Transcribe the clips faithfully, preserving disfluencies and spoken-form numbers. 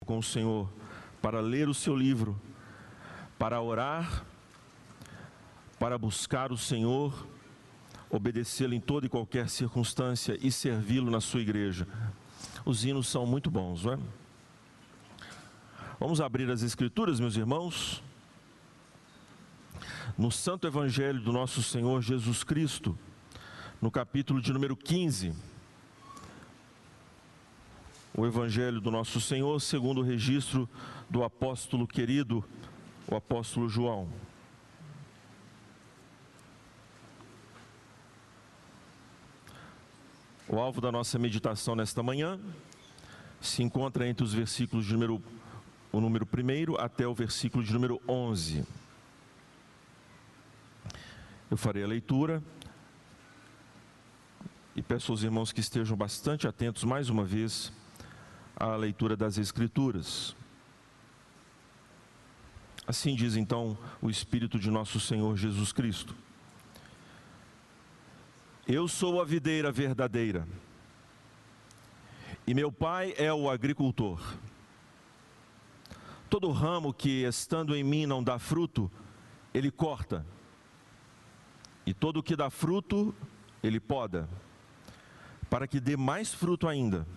com o Senhor, para ler o seu livro, para orar, para buscar o Senhor, obedecê-lo em toda e qualquer circunstância e servi-lo na sua igreja. Os hinos são muito bons, não é? Vamos abrir as Escrituras, meus irmãos, no Santo Evangelho do nosso Senhor Jesus Cristo, no capítulo de número quinze. O Evangelho do nosso Senhor, segundo o registro do apóstolo querido, o apóstolo João. O alvo da nossa meditação nesta manhã se encontra entre os versículos de número, o número primeiro até o versículo de número onze. Eu farei a leitura e peço aos irmãos que estejam bastante atentos mais uma vez à leitura das Escrituras. Assim diz então o Espírito de nosso Senhor Jesus Cristo: Eu sou a videira verdadeira, e meu Pai é o agricultor. Todo ramo que, estando em mim, não dá fruto, Ele corta, e todo o que dá fruto, Ele poda, para que dê mais fruto ainda.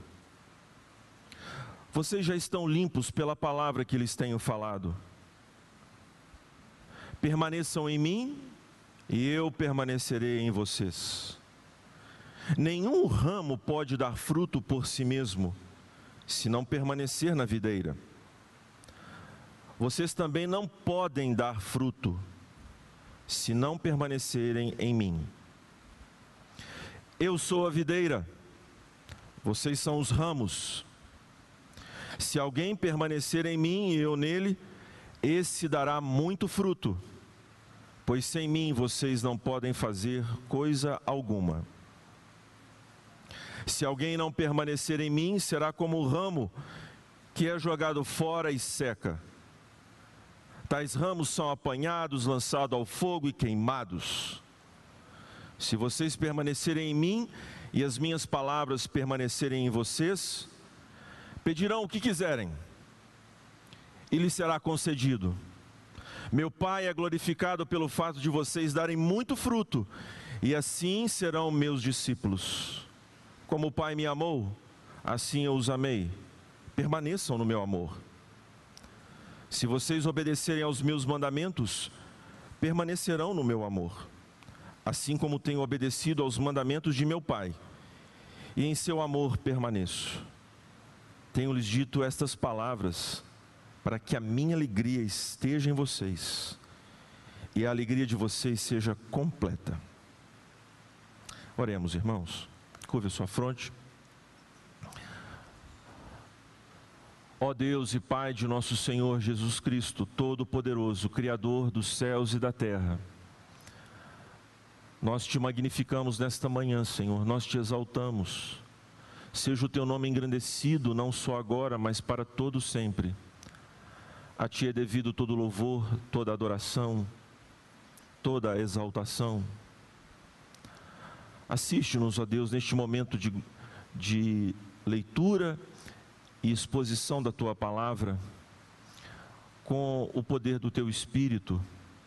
Vocês já estão limpos pela palavra que lhes tenho falado. Permaneçam em mim, e eu permanecerei em vocês. Nenhum ramo pode dar fruto por si mesmo, se não permanecer na videira. Vocês também não podem dar fruto, se não permanecerem em mim. Eu sou a videira, vocês são os ramos. Se alguém permanecer em mim e eu nele, esse dará muito fruto, pois sem mim vocês não podem fazer coisa alguma. Se alguém não permanecer em mim, será como o ramo que é jogado fora e seca. Tais ramos são apanhados, lançados ao fogo e queimados. Se vocês permanecerem em mim e as minhas palavras permanecerem em vocês, pedirão o que quiserem, e lhes será concedido. Meu Pai é glorificado pelo fato de vocês darem muito fruto, e assim serão meus discípulos. Como o Pai me amou, assim eu os amei. Permaneçam no meu amor. Se vocês obedecerem aos meus mandamentos, permanecerão no meu amor, assim como tenho obedecido aos mandamentos de meu Pai, e em seu amor permaneço. Tenho-lhes dito estas palavras, para que a minha alegria esteja em vocês, e a alegria de vocês seja completa. Oremos, irmãos. Curve a sua fronte. Ó Deus e Pai de nosso Senhor Jesus Cristo, Todo-Poderoso, Criador dos céus e da terra, nós te magnificamos nesta manhã, Senhor, nós te exaltamos. Seja o teu nome engrandecido, não só agora, mas para todo sempre. A ti é devido todo louvor, toda adoração, toda exaltação. Assiste-nos, ó Deus, neste momento de, de leitura e exposição da Tua Palavra, com o poder do Teu Espírito,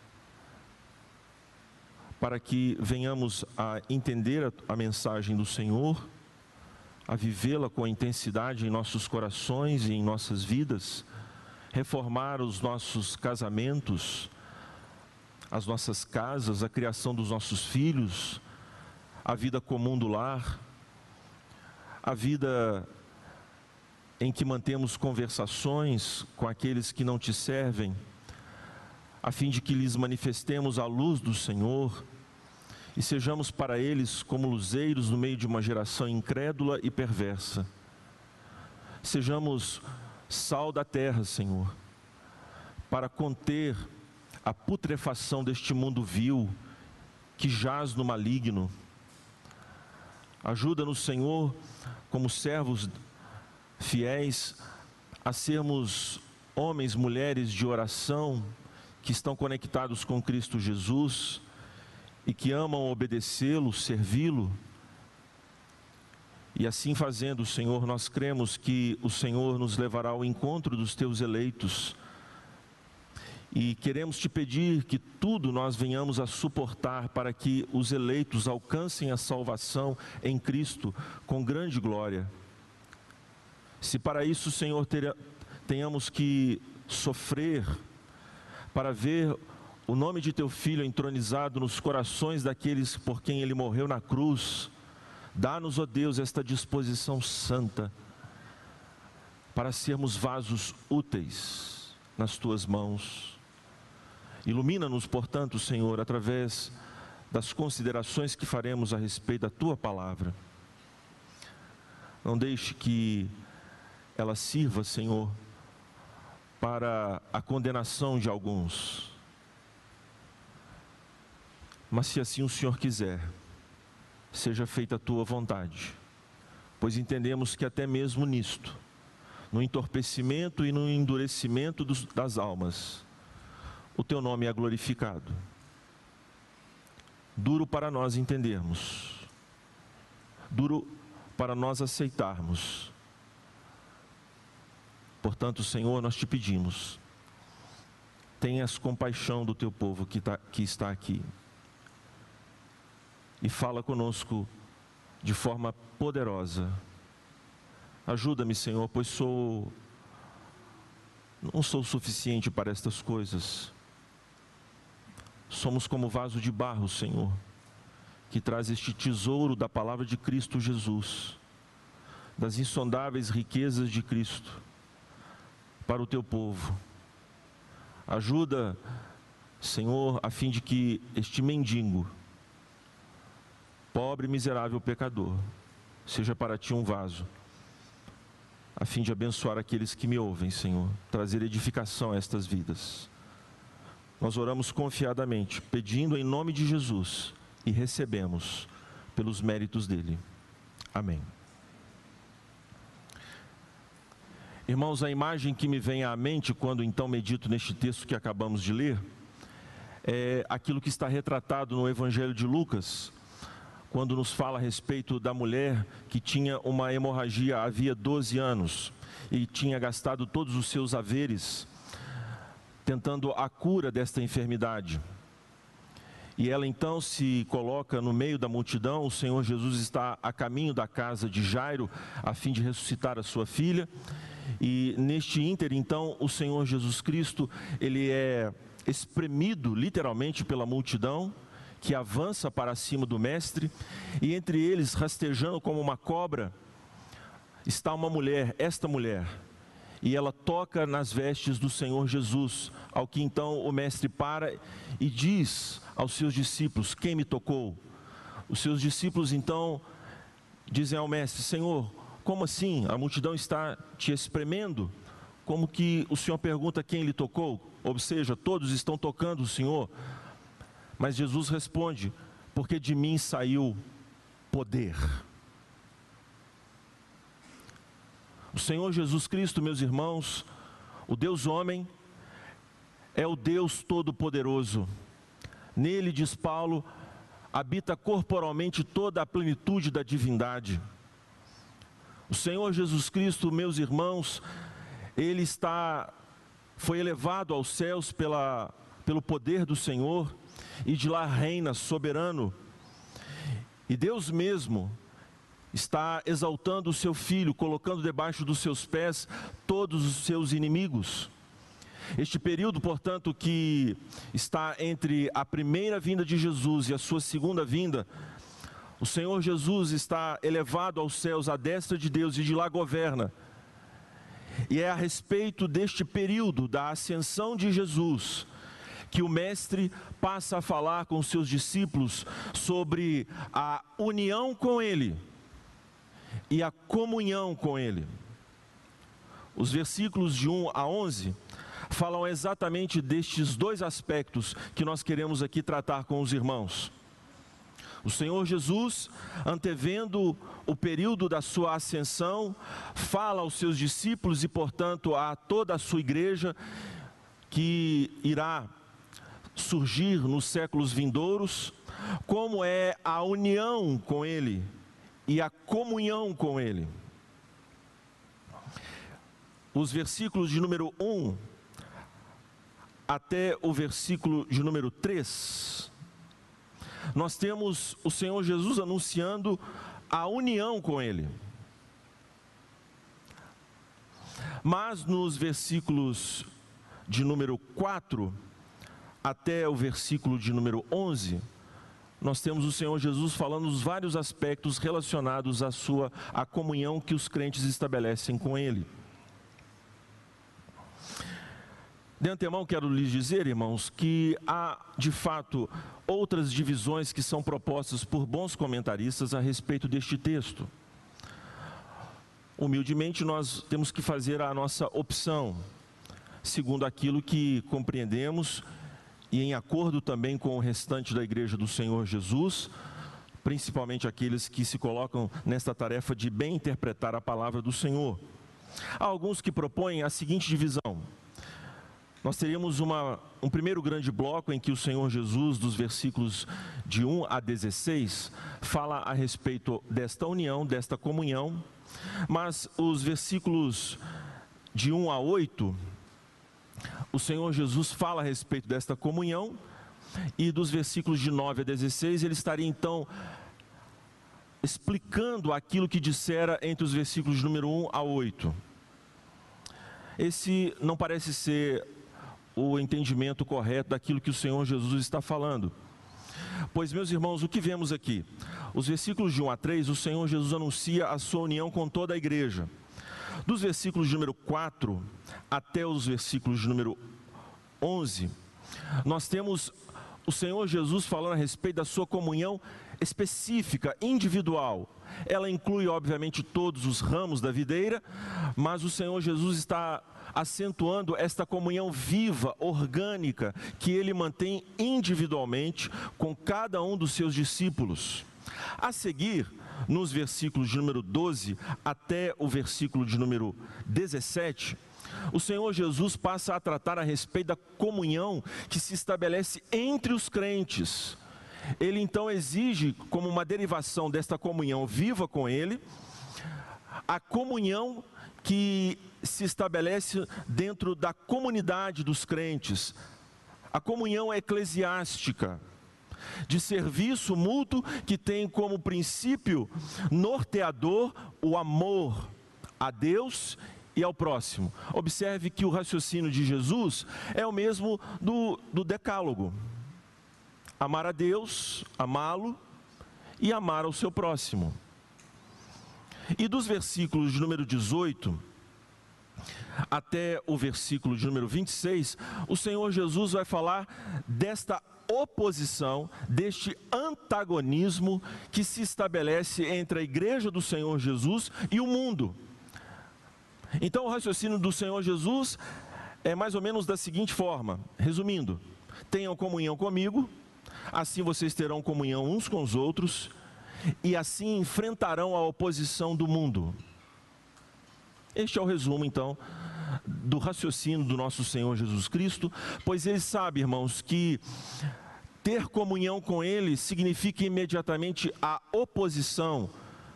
para que venhamos a entender a, a mensagem do Senhor, a vivê-la com intensidade em nossos corações e em nossas vidas, reformar os nossos casamentos, as nossas casas, a criação dos nossos filhos, a vida comum do lar, a vida em que mantemos conversações com aqueles que não te servem, a fim de que lhes manifestemos a luz do Senhor e sejamos para eles como luzeiros no meio de uma geração incrédula e perversa. Sejamos sal da terra, Senhor, para conter a putrefação deste mundo vil que jaz no maligno. Ajuda-nos, Senhor, como servos fiéis, a sermos homens, mulheres de oração, que estão conectados com Cristo Jesus e que amam obedecê-lo, servi-lo, E assim fazendo, Senhor, nós cremos que o Senhor nos levará ao encontro dos teus eleitos. E queremos te pedir que tudo nós venhamos a suportar para que os eleitos alcancem a salvação em Cristo com grande glória. Se para isso, Senhor, ter, tenhamos que sofrer para ver o nome de teu Filho entronizado nos corações daqueles por quem ele morreu na cruz, dá-nos, ó Deus, esta disposição santa para sermos vasos úteis nas tuas mãos. Ilumina-nos, portanto, Senhor, através das considerações que faremos a respeito da tua palavra. Não deixe que ela sirva, Senhor, para a condenação de alguns. Mas se assim o Senhor quiser, seja feita a tua vontade, pois entendemos que até mesmo nisto, no entorpecimento e no endurecimento dos, das almas, o teu nome é glorificado. Duro para nós entendermos, duro para nós aceitarmos. Portanto, Senhor, nós te pedimos, tenhas compaixão do teu povo que, tá, que está aqui. E fala conosco de forma poderosa. Ajuda-me, Senhor, pois sou, não sou suficiente para estas coisas. Somos como vaso de barro, Senhor, que traz este tesouro da palavra de Cristo Jesus, das insondáveis riquezas de Cristo, para o teu povo. Ajuda, Senhor, a fim de que este mendigo, pobre, miserável pecador, seja para ti um vaso, a fim de abençoar aqueles que me ouvem, Senhor, trazer edificação a estas vidas. Nós oramos confiadamente, pedindo em nome de Jesus, e recebemos pelos méritos dele. Amém. Irmãos, a imagem que me vem à mente quando então medito neste texto que acabamos de ler, é aquilo que está retratado no Evangelho de Lucas, quando nos fala a respeito da mulher que tinha uma hemorragia havia doze anos e tinha gastado todos os seus haveres tentando a cura desta enfermidade. E ela então se coloca no meio da multidão. O Senhor Jesus está a caminho da casa de Jairo, a fim de ressuscitar a sua filha. E neste ínter, então, o Senhor Jesus Cristo, ele é espremido literalmente pela multidão, que avança para cima do mestre, e entre eles, rastejando como uma cobra, está uma mulher, esta mulher, e ela toca nas vestes do Senhor Jesus, ao que então o mestre para e diz aos seus discípulos: quem me tocou? Os seus discípulos então dizem ao mestre: Senhor, como assim? A multidão está te espremendo? Como que o Senhor pergunta quem lhe tocou? Ou seja, todos estão tocando o Senhor. Mas Jesus responde: porque de mim saiu poder. O Senhor Jesus Cristo, meus irmãos, o Deus homem, é o Deus Todo-Poderoso. Nele, diz Paulo, habita corporalmente toda a plenitude da divindade. O Senhor Jesus Cristo, meus irmãos, Ele está, foi elevado aos céus pela, pelo poder do Senhor, e de lá reina soberano. E Deus mesmo está exaltando o seu Filho, colocando debaixo dos seus pés todos os seus inimigos. Este período, portanto, que está entre a primeira vinda de Jesus e a sua segunda vinda, o Senhor Jesus está elevado aos céus à destra de Deus e de lá governa. E é a respeito deste período da ascensão de Jesus que o mestre passa a falar com os seus discípulos sobre a união com Ele e a comunhão com Ele. Os versículos de um a onze falam exatamente destes dois aspectos que nós queremos aqui tratar com os irmãos. O Senhor Jesus, antevendo o período da sua ascensão, fala aos seus discípulos e, portanto, a toda a sua igreja que irá surgir nos séculos vindouros, como é a união com Ele e a comunhão com Ele. Os versículos de número um até o versículo de número três, nós temos o Senhor Jesus anunciando a união com Ele. Mas nos versículos de número quatro até o versículo de número onze, nós temos o Senhor Jesus falando os vários aspectos relacionados à sua à comunhão que os crentes estabelecem com Ele. De antemão quero lhes dizer, irmãos, que há de fato outras divisões que são propostas por bons comentaristas a respeito deste texto. Humildemente nós temos que fazer a nossa opção, segundo aquilo que compreendemos e em acordo também com o restante da igreja do Senhor Jesus, principalmente aqueles que se colocam nesta tarefa de bem interpretar a palavra do Senhor. Há alguns que propõem a seguinte divisão. Nós teríamos uma, um primeiro grande bloco em que o Senhor Jesus, dos versículos de um a dezesseis, fala a respeito desta união, desta comunhão, mas os versículos de um a oito, o Senhor Jesus fala a respeito desta comunhão, e dos versículos de nove a dezesseis, ele estaria então explicando aquilo que dissera entre os versículos de número um a oito. Esse não parece ser o entendimento correto daquilo que o Senhor Jesus está falando. Pois, meus irmãos, o que vemos aqui? Os versículos de um a três, o Senhor Jesus anuncia a sua união com toda a igreja. Dos versículos de número quatro até os versículos de número onze, nós temos o Senhor Jesus falando a respeito da sua comunhão específica, individual. Ela inclui, obviamente, todos os ramos da videira, mas o Senhor Jesus está acentuando esta comunhão viva, orgânica, que Ele mantém individualmente com cada um dos seus discípulos. A seguir, nos versículos de número doze até o versículo de número dezessete, o Senhor Jesus passa a tratar a respeito da comunhão que se estabelece entre os crentes. Ele então exige, como uma derivação desta comunhão viva com Ele, a comunhão que se estabelece dentro da comunidade dos crentes, a comunhão eclesiástica, de serviço mútuo que tem como princípio norteador o amor a Deus e ao próximo. Observe que o raciocínio de Jesus é o mesmo do, do decálogo: amar a Deus, amá-lo e amar ao seu próximo. E dos versículos de número dezoito até o versículo de número vinte e seis, o Senhor Jesus vai falar desta oposição, deste antagonismo que se estabelece entre a igreja do Senhor Jesus e o mundo. Então o raciocínio do Senhor Jesus é mais ou menos da seguinte forma, resumindo: tenham comunhão comigo, assim vocês terão comunhão uns com os outros, e assim enfrentarão a oposição do mundo. Este é o resumo, então, do raciocínio do nosso Senhor Jesus Cristo, pois Ele sabe, irmãos, que ter comunhão com Ele significa imediatamente a oposição,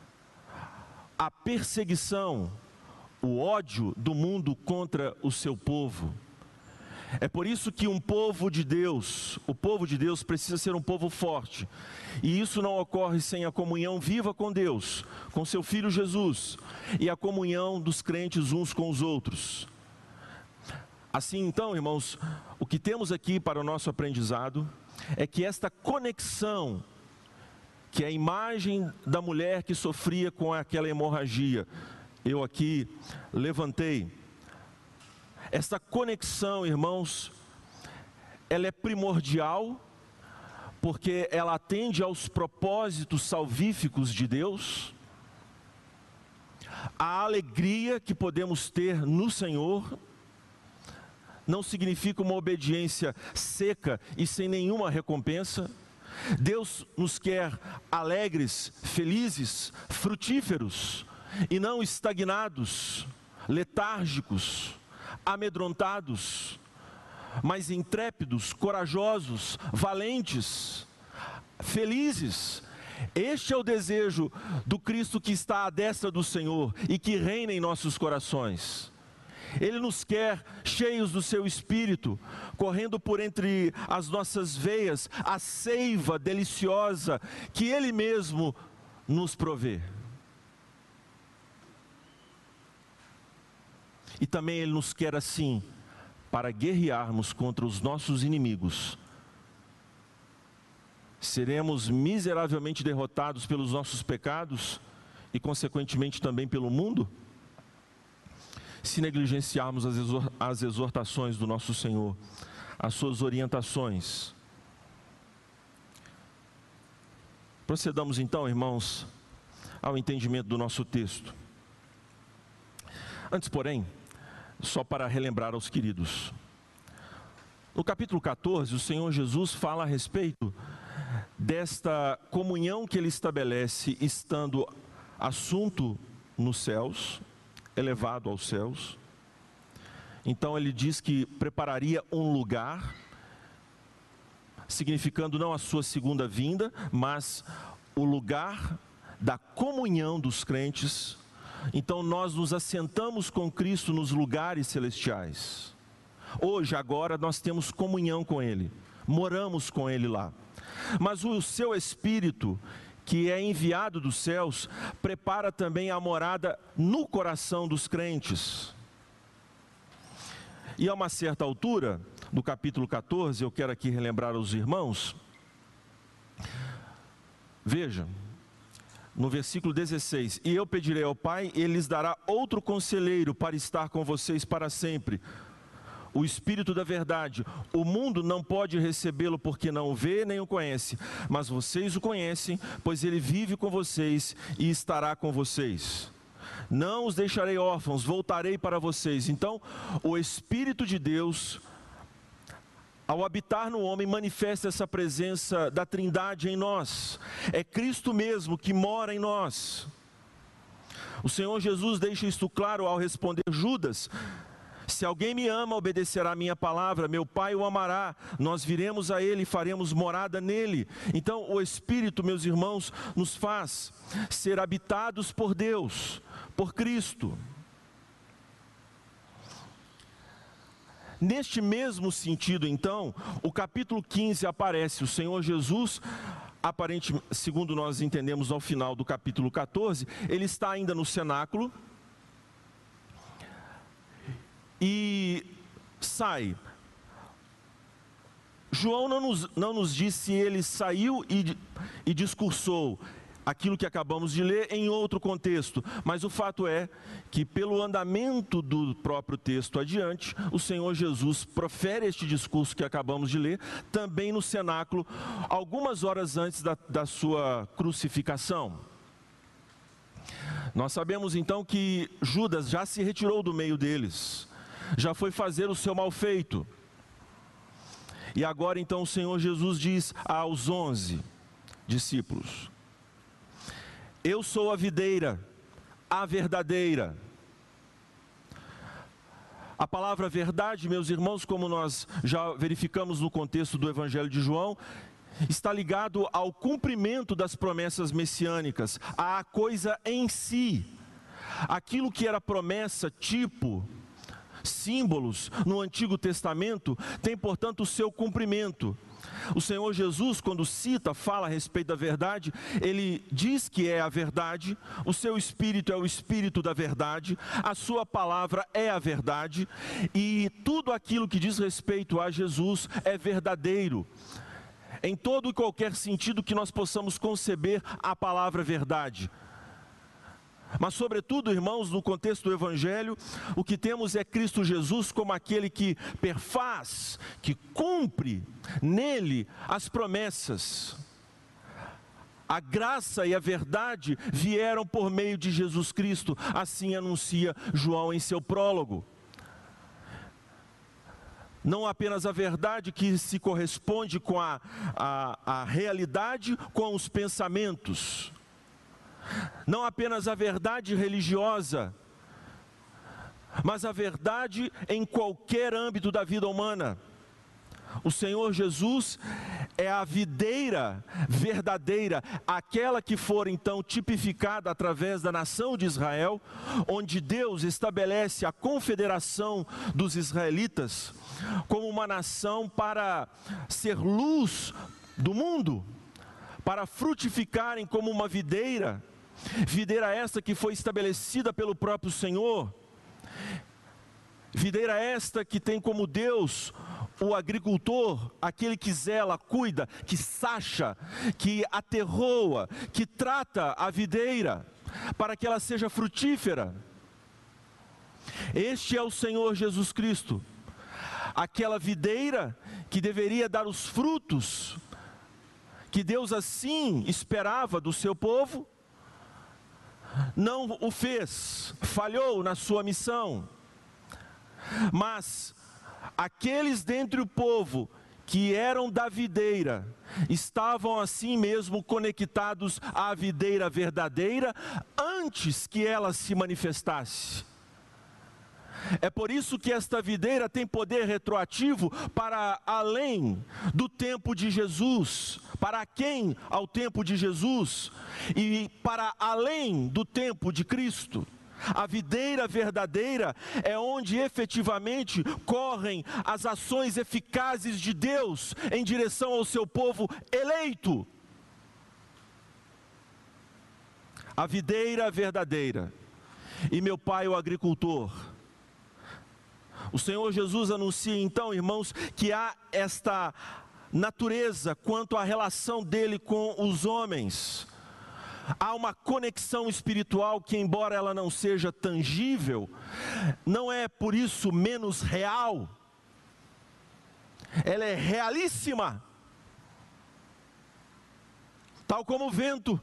a perseguição, o ódio do mundo contra o seu povo. É por isso que um povo de Deus, o povo de Deus precisa ser um povo forte. E isso não ocorre sem a comunhão viva com Deus, com seu Filho Jesus, e a comunhão dos crentes uns com os outros. Assim então, irmãos, o que temos aqui para o nosso aprendizado é que esta conexão, que é a imagem da mulher que sofria com aquela hemorragia, eu aqui levantei, esta conexão, irmãos, ela é primordial, porque ela atende aos propósitos salvíficos de Deus, a alegria que podemos ter no Senhor. Não significa uma obediência seca e sem nenhuma recompensa. Deus nos quer alegres, felizes, frutíferos, e não estagnados, letárgicos, amedrontados, mas intrépidos, corajosos, valentes, felizes. Este é o desejo do Cristo que está à destra do Senhor e que reina em nossos corações. Ele nos quer cheios do seu Espírito, correndo por entre as nossas veias a seiva deliciosa que Ele mesmo nos provê. E também Ele nos quer assim, para guerrearmos contra os nossos inimigos. Seremos miseravelmente derrotados pelos nossos pecados e, consequentemente, também pelo mundo, se negligenciarmos as, exor- as exortações do nosso Senhor, as suas orientações. Procedamos então, irmãos, ao entendimento do nosso texto. Antes, porém, só para relembrar aos queridos, no capítulo catorze, o Senhor Jesus fala a respeito desta comunhão que Ele estabelece estando assunto nos céus, elevado aos céus. Então Ele diz que prepararia um lugar, significando não a sua segunda vinda, mas o lugar da comunhão dos crentes. Então nós nos assentamos com Cristo nos lugares celestiais. Hoje, agora, nós temos comunhão com Ele, moramos com Ele lá. Mas o seu Espírito, que é enviado dos céus, prepara também a morada no coração dos crentes. E a uma certa altura, do capítulo catorze, eu quero aqui relembrar aos irmãos, veja, no versículo dezesseis, e eu pedirei ao Pai, Ele lhes dará outro conselheiro para estar com vocês para sempre, o Espírito da verdade. O mundo não pode recebê-lo porque não o vê nem o conhece, mas vocês o conhecem, pois Ele vive com vocês e estará com vocês. Não os deixarei órfãos, voltarei para vocês. Então, o Espírito de Deus, ao habitar no homem, manifesta essa presença da Trindade em nós. É Cristo mesmo que mora em nós. O Senhor Jesus deixa isto claro ao responder Judas: se alguém me ama, obedecerá a minha palavra, meu Pai o amará, nós viremos a Ele e faremos morada nele. Então o Espírito, meus irmãos, nos faz ser habitados por Deus, por Cristo. Neste mesmo sentido, então, o capítulo quinze aparece, o Senhor Jesus, aparentemente, segundo nós entendemos ao final do capítulo catorze, Ele está ainda no cenáculo, e sai. João não nos, não nos diz se ele saiu e, e discursou aquilo que acabamos de ler em outro contexto, mas o fato é que pelo andamento do próprio texto adiante, o Senhor Jesus profere este discurso que acabamos de ler, também no cenáculo, algumas horas antes da, da sua crucificação. Nós sabemos então que Judas já se retirou do meio deles, já foi fazer o seu mal feito. E agora então o Senhor Jesus diz aos onze discípulos: eu sou a videira, a verdadeira. A palavra verdade, meus irmãos, como nós já verificamos no contexto do Evangelho de João, está ligado ao cumprimento das promessas messiânicas, à coisa em si. Aquilo que era promessa, tipo, símbolos no Antigo Testamento, tem portanto o seu cumprimento. O Senhor Jesus, quando cita, fala a respeito da verdade, Ele diz que é a verdade, o seu Espírito é o Espírito da verdade, a sua palavra é a verdade, e tudo aquilo que diz respeito a Jesus é verdadeiro, em todo e qualquer sentido que nós possamos conceber a palavra verdade. Mas sobretudo, irmãos, no contexto do Evangelho, o que temos é Cristo Jesus como aquele que perfaz, que cumpre nele as promessas. A graça e a verdade vieram por meio de Jesus Cristo, assim anuncia João em seu prólogo. Não apenas a verdade que se corresponde com a, a, a realidade, com os pensamentos. Não apenas a verdade religiosa, mas a verdade em qualquer âmbito da vida humana. O Senhor Jesus é a videira verdadeira, aquela que for então tipificada através da nação de Israel, onde Deus estabelece a confederação dos israelitas como uma nação para ser luz do mundo, para frutificarem como uma videira, videira esta que foi estabelecida pelo próprio Senhor, videira esta que tem como Deus o agricultor, aquele que zela, cuida, que sacha, que aterroa, que trata a videira, para que ela seja frutífera. Este é o Senhor Jesus Cristo, aquela videira que deveria dar os frutos, que Deus assim esperava do seu povo, não o fez, falhou na sua missão, mas aqueles dentre o povo que eram da videira, estavam assim mesmo conectados à videira verdadeira, antes que ela se manifestasse. É por isso que esta videira tem poder retroativo para além do tempo de Jesus, para quem ao tempo de Jesus, e para além do tempo de Cristo. A videira verdadeira é onde efetivamente correm as ações eficazes de Deus em direção ao seu povo eleito. A videira verdadeira e meu pai o agricultor. O Senhor Jesus anuncia então, irmãos, que há esta natureza quanto à relação dele com os homens. Há uma conexão espiritual que, embora ela não seja tangível, não é por isso menos real. Ela é realíssima, tal como o vento,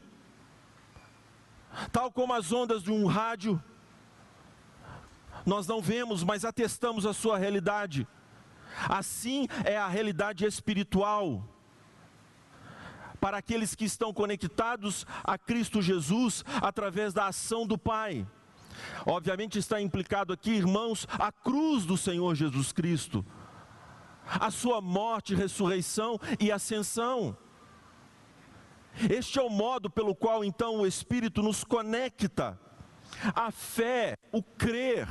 tal como as ondas de um rádio. Nós não vemos, mas atestamos a sua realidade. Assim é a realidade espiritual para aqueles que estão conectados a Cristo Jesus através da ação do Pai. Obviamente está implicado aqui, irmãos, a cruz do Senhor Jesus Cristo, a sua morte, ressurreição e ascensão. Este é o modo pelo qual então o Espírito nos conecta. A fé, o crer,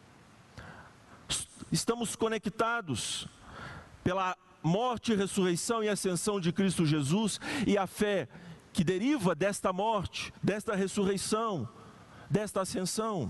estamos conectados pela morte, ressurreição e ascensão de Cristo Jesus, e a fé que deriva desta morte, desta ressurreição, desta ascensão.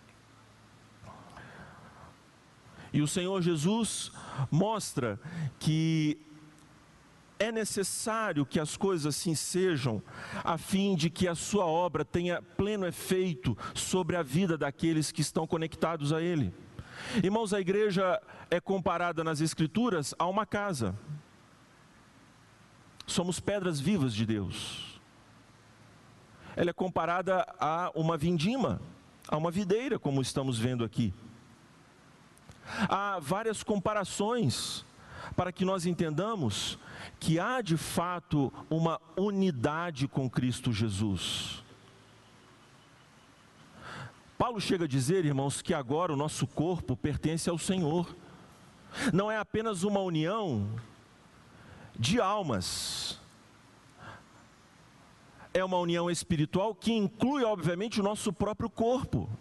E o Senhor Jesus mostra que é necessário que as coisas assim sejam, a fim de que a sua obra tenha pleno efeito sobre a vida daqueles que estão conectados a Ele. Irmãos, a igreja é comparada nas Escrituras a uma casa. Somos pedras vivas de Deus. Ela é comparada a uma vindima, a uma videira, como estamos vendo aqui. Há várias comparações para que nós entendamos que há de fato uma unidade com Cristo Jesus. Paulo chega a dizer, irmãos, que agora o nosso corpo pertence ao Senhor. Não é apenas uma união de almas, é uma união espiritual que inclui, obviamente, o nosso próprio corpo.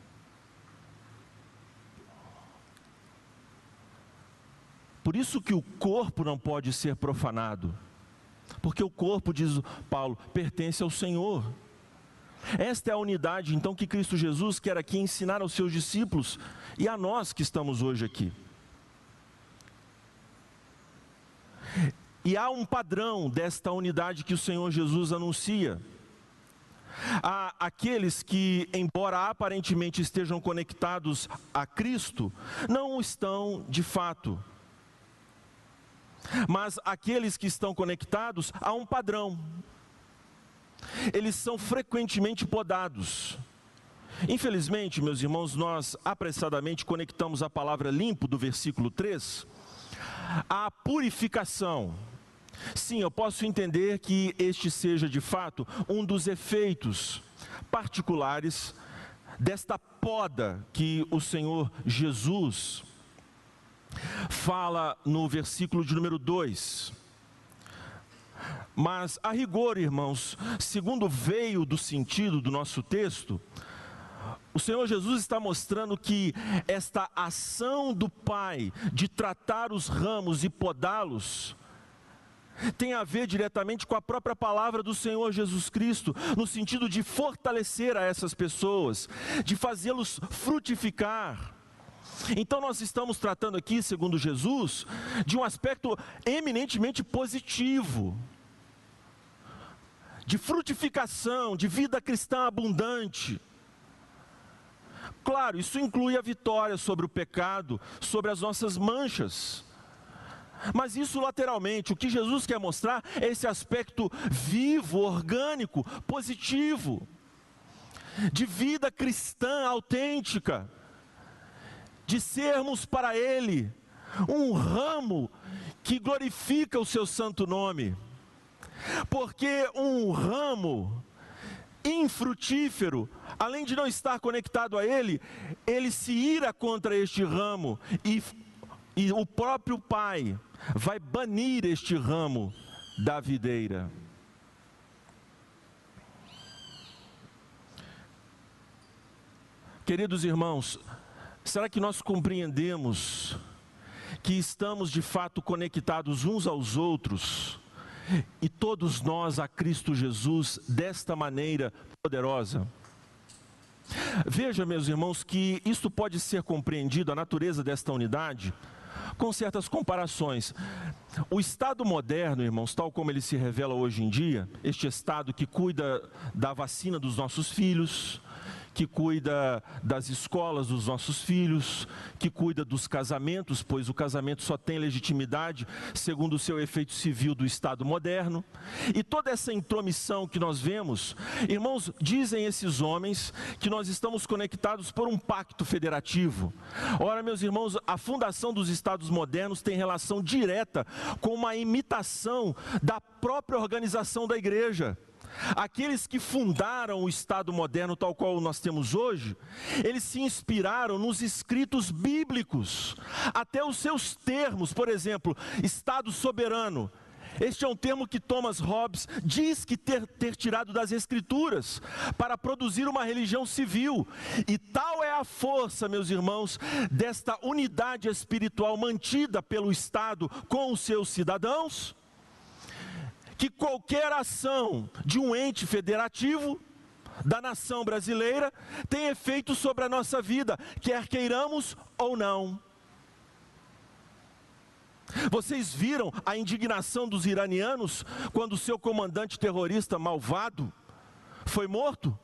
Por isso que o corpo não pode ser profanado, porque o corpo, diz Paulo, pertence ao Senhor. Esta é a unidade, então, que Cristo Jesus quer aqui ensinar aos seus discípulos e a nós que estamos hoje aqui. E há um padrão desta unidade que o Senhor Jesus anuncia. Há aqueles que, embora aparentemente estejam conectados a Cristo, não estão de fato. Mas aqueles que estão conectados a um padrão. Eles são frequentemente podados. Infelizmente, meus irmãos, nós apressadamente conectamos a palavra limpo do versículo três à purificação. Sim, eu posso entender que este seja de fato um dos efeitos particulares desta poda que o Senhor Jesus fala no versículo de número dois. Mas, a rigor, irmãos, segundo veio do sentido do nosso texto, o Senhor Jesus está mostrando que esta ação do Pai de tratar os ramos e podá-los tem a ver diretamente com a própria palavra do Senhor Jesus Cristo, no sentido de fortalecer a essas pessoas, de fazê-los frutificar. Então nós estamos tratando aqui, segundo Jesus, de um aspecto eminentemente positivo, de frutificação, de vida cristã abundante. Claro, isso inclui a vitória sobre o pecado, sobre as nossas manchas. Mas isso lateralmente, o que Jesus quer mostrar é esse aspecto vivo, orgânico, positivo, de vida cristã autêntica, de sermos para Ele um ramo que glorifica o seu santo nome. Porque um ramo infrutífero, além de não estar conectado a Ele, ele se ira contra este ramo e, e o próprio Pai vai banir este ramo da videira. Queridos irmãos, será que nós compreendemos que estamos de fato conectados uns aos outros e todos nós a Cristo Jesus desta maneira poderosa? Veja, meus irmãos, que isto pode ser compreendido, a natureza desta unidade, com certas comparações. O Estado moderno, irmãos, tal como ele se revela hoje em dia, este Estado que cuida da vacina dos nossos filhos, que cuida das escolas dos nossos filhos, que cuida dos casamentos, pois o casamento só tem legitimidade segundo o seu efeito civil do Estado moderno. E toda essa intromissão que nós vemos, irmãos, dizem esses homens que nós estamos conectados por um pacto federativo. Ora, meus irmãos, a fundação dos Estados modernos tem relação direta com uma imitação da própria organização da igreja. Aqueles que fundaram o Estado moderno tal qual nós temos hoje, eles se inspiraram nos escritos bíblicos, até os seus termos. Por exemplo, Estado soberano. Este é um termo que Thomas Hobbes diz que ter, ter tirado das Escrituras para produzir uma religião civil. E tal é a força, meus irmãos, desta unidade espiritual mantida pelo Estado com os seus cidadãos, que qualquer ação de um ente federativo da nação brasileira tem efeito sobre a nossa vida, quer queiramos ou não. Vocês viram a indignação dos iranianos quando o seu comandante terrorista malvado foi morto?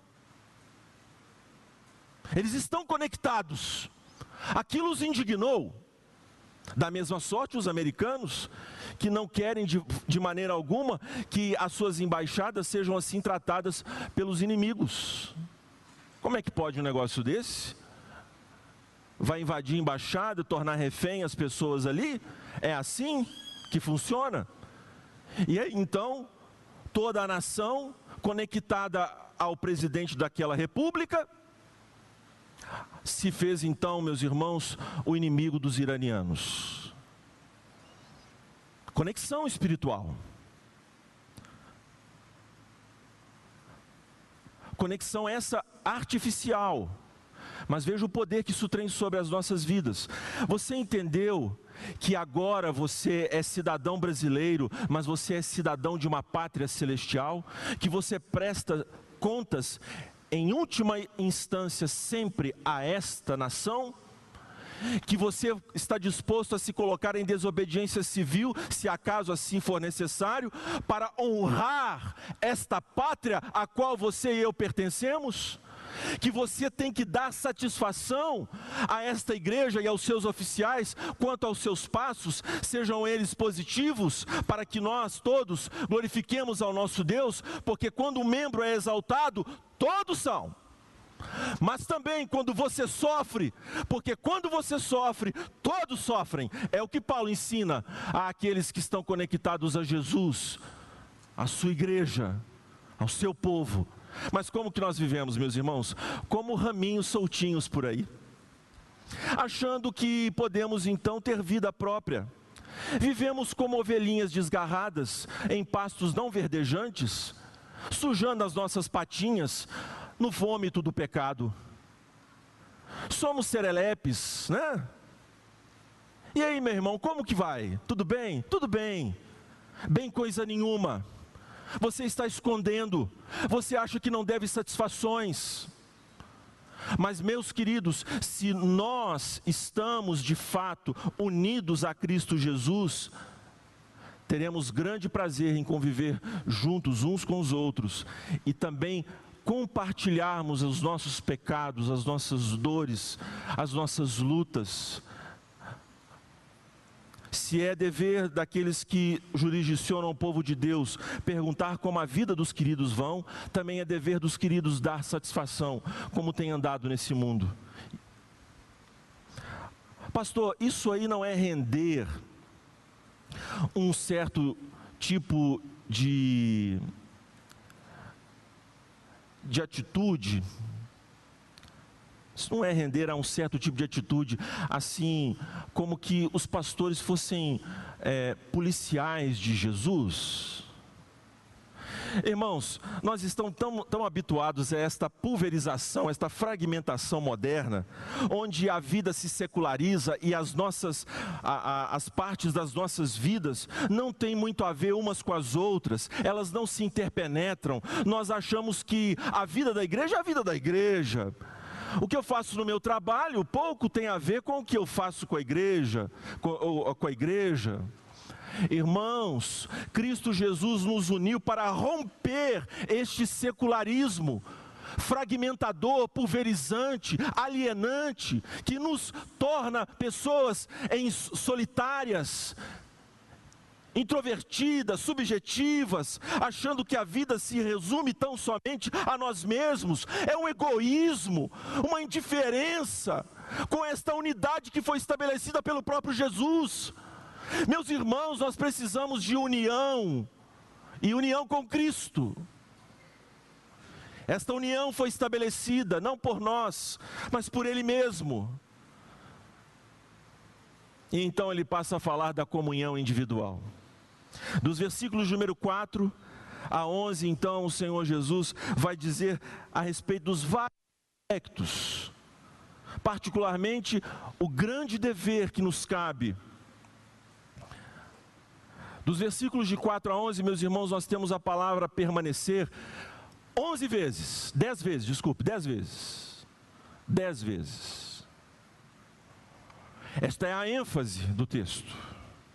Eles estão conectados. Aquilo os indignou. Da mesma sorte, os americanos, que não querem de, de maneira alguma que as suas embaixadas sejam assim tratadas pelos inimigos. Como é que pode um negócio desse? Vai invadir a embaixada, tornar refém as pessoas ali? É assim que funciona? E aí, então, toda a nação conectada ao presidente daquela república se fez então, meus irmãos, o inimigo dos iranianos. Conexão espiritual. Conexão essa artificial. Mas veja o poder que isso tem sobre as nossas vidas. Você entendeu que agora você é cidadão brasileiro, mas você é cidadão de uma pátria celestial? Que você presta contas em última instância sempre a esta nação? Que você está disposto a se colocar em desobediência civil, se acaso assim for necessário, para honrar esta pátria a qual você e eu pertencemos? Que você tem que dar satisfação a esta igreja e aos seus oficiais quanto aos seus passos, sejam eles positivos, para que nós todos glorifiquemos ao nosso Deus, porque quando um membro é exaltado, todos são. Mas também quando você sofre, porque quando você sofre, todos sofrem. É o que Paulo ensina àqueles que estão conectados a Jesus, à sua igreja, ao seu povo. Mas como que nós vivemos, meus irmãos? Como raminhos soltinhos por aí. achando que podemos então ter vida própria. Vivemos como ovelhinhas desgarradas em pastos não verdejantes, sujando as nossas patinhas no vômito do pecado. Somos serelepes, né? E aí, meu irmão, como que vai? Tudo bem? Tudo bem. Bem coisa nenhuma. Você está escondendo. Você acha que não deve satisfações. Mas, meus queridos, se nós estamos de fato unidos a Cristo Jesus, teremos grande prazer em conviver juntos uns com os outros e também compartilharmos os nossos pecados, as nossas dores, as nossas lutas. Se é dever daqueles que jurisdicionam o povo de Deus perguntar como a vida dos queridos vão, também é dever dos queridos dar satisfação, como tem andado nesse mundo. Pastor, isso aí não é render um certo tipo de, de atitude? Isso não é render a um certo tipo de atitude, assim, como que os pastores fossem é, policiais de Jesus? Irmãos, nós estamos tão, tão habituados a esta pulverização, esta fragmentação moderna, onde a vida se seculariza e as nossas, a, a, as partes das nossas vidas não têm muito a ver umas com as outras, elas não se interpenetram. Nós achamos que a vida da igreja é a vida da igreja. O que eu faço no meu trabalho pouco tem a ver com o que eu faço com a igreja, com, ou, com a igreja. Irmãos, Cristo Jesus nos uniu para romper este secularismo fragmentador, pulverizante, alienante, que nos torna pessoas em solitárias, introvertidas, subjetivas, achando que a vida se resume tão somente a nós mesmos. É um egoísmo, uma indiferença com esta unidade que foi estabelecida pelo próprio Jesus. Meus irmãos, nós precisamos de união, e união com Cristo. Esta união foi estabelecida não por nós, mas por Ele mesmo. E então Ele passa a falar da comunhão individual. Dos versículos número quatro a onze, então, o Senhor Jesus vai dizer a respeito dos vários aspectos, particularmente o grande dever que nos cabe. Dos versículos de quatro a onze, meus irmãos, nós temos a palavra permanecer onze vezes, dez vezes, desculpe, dez vezes, dez vezes. Esta é a ênfase do texto.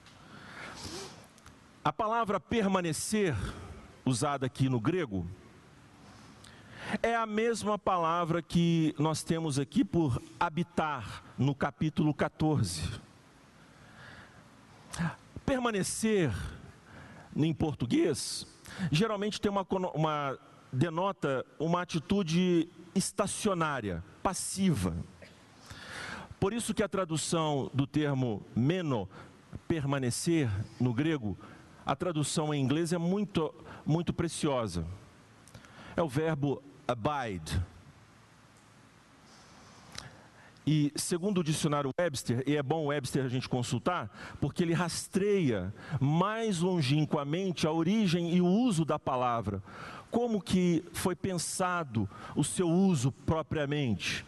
A palavra permanecer, usada aqui no grego, é a mesma palavra que nós temos aqui por habitar, no capítulo quatorze. Permanecer, em português, geralmente tem uma, uma denota uma atitude estacionária, passiva. Por isso que a tradução do termo meno, permanecer, no grego, a tradução em inglês é muito, muito preciosa. É o verbo abide. E segundo o dicionário Webster, e é bom o Webster a gente consultar, porque ele rastreia mais longínquamente a origem e o uso da palavra, como que foi pensado o seu uso propriamente.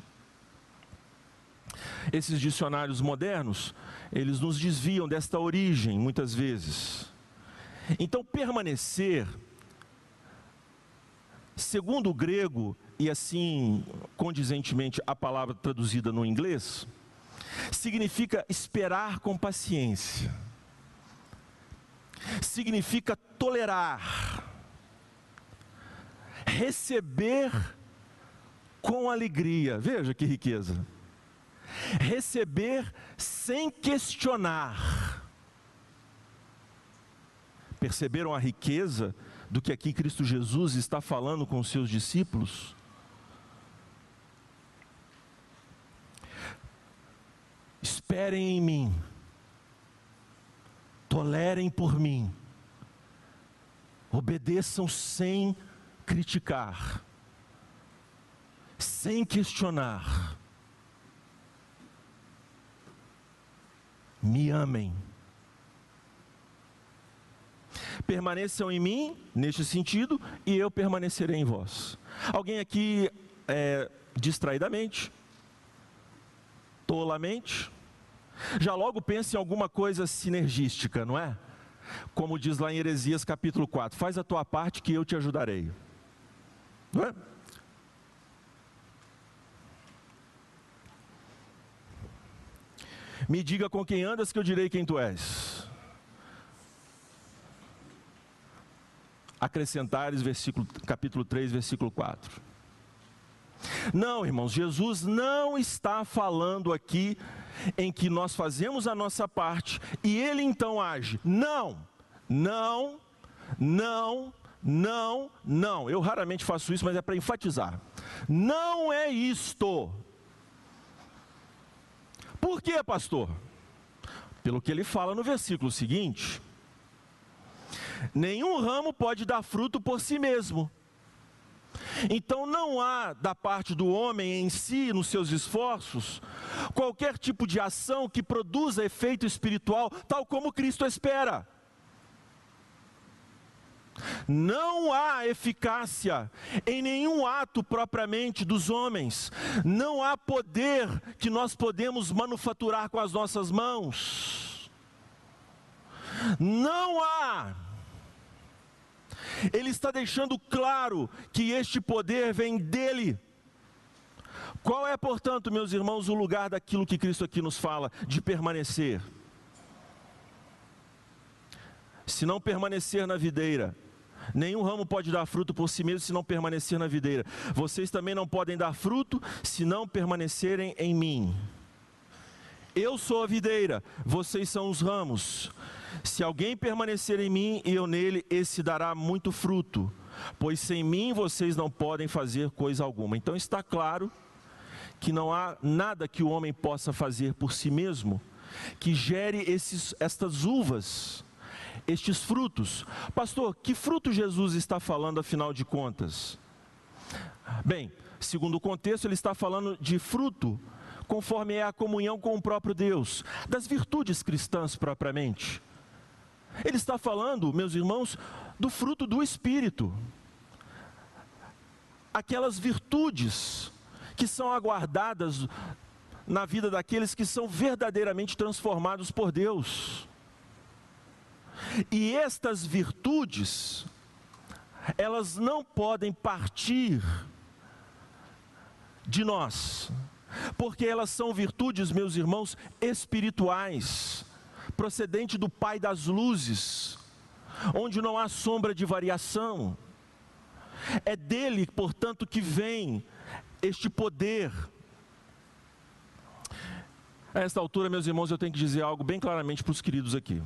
Esses dicionários modernos, eles nos desviam desta origem muitas vezes. Então, permanecer, segundo o grego, e assim, condizentemente, a palavra traduzida no inglês, significa esperar com paciência, significa tolerar, receber com alegria. Veja que riqueza! Receber sem questionar. Perceberam a riqueza do que aqui Cristo Jesus está falando com os seus discípulos? Esperem em mim, tolerem por mim, obedeçam sem criticar, sem questionar. me amem. Permaneçam em mim, neste sentido, e eu permanecerei em vós. Alguém aqui, é, distraidamente, tolamente, já logo pensa em alguma coisa sinergística, não é? Como diz lá em Heresias capítulo quatro, faz a tua parte que eu te ajudarei. Não é? Me diga com quem andas que eu direi quem tu és. Acrescentares, versículo, capítulo três, versículo quatro. Não, irmãos, Jesus não está falando aqui em que nós fazemos a nossa parte e Ele então age. Não, não, não, não, não. Eu raramente faço isso, mas é para enfatizar. Não é isto. Por quê, pastor? Pelo que ele fala no versículo seguinte. Nenhum ramo pode dar fruto por si mesmo. Então não há da parte do homem em si, nos seus esforços, qualquer tipo de ação que produza efeito espiritual, tal como Cristo espera. Não há eficácia em nenhum ato propriamente dos homens. Não há poder que nós podemos manufaturar com as nossas mãos. Não há. Ele está deixando claro que este poder vem dele. Qual é, portanto, meus irmãos, o lugar daquilo que Cristo aqui nos fala, de permanecer? Se não permanecer na videira, nenhum ramo pode dar fruto por si mesmo se não permanecer na videira. Vocês também não podem dar fruto se não permanecerem em mim. Eu sou a videira, vocês são os ramos. Se alguém permanecer em mim e eu nele, esse dará muito fruto, pois sem mim vocês não podem fazer coisa alguma. Então está claro que não há nada que o homem possa fazer por si mesmo que gere esses, estas uvas, estes frutos. Pastor, que fruto Jesus está falando afinal de contas? Bem, segundo o contexto, ele está falando de fruto conforme é a comunhão com o próprio Deus, das virtudes cristãs propriamente. Ele está falando, meus irmãos, do fruto do Espírito. Aquelas virtudes que são aguardadas na vida daqueles que são verdadeiramente transformados por Deus. E estas virtudes, elas não podem partir de nós, porque elas são virtudes, meus irmãos, espirituais, procedente do Pai das luzes, onde não há sombra de variação. É dele, portanto, que vem este poder. A esta altura, meus irmãos, eu tenho que dizer algo bem claramente para os queridos aqui.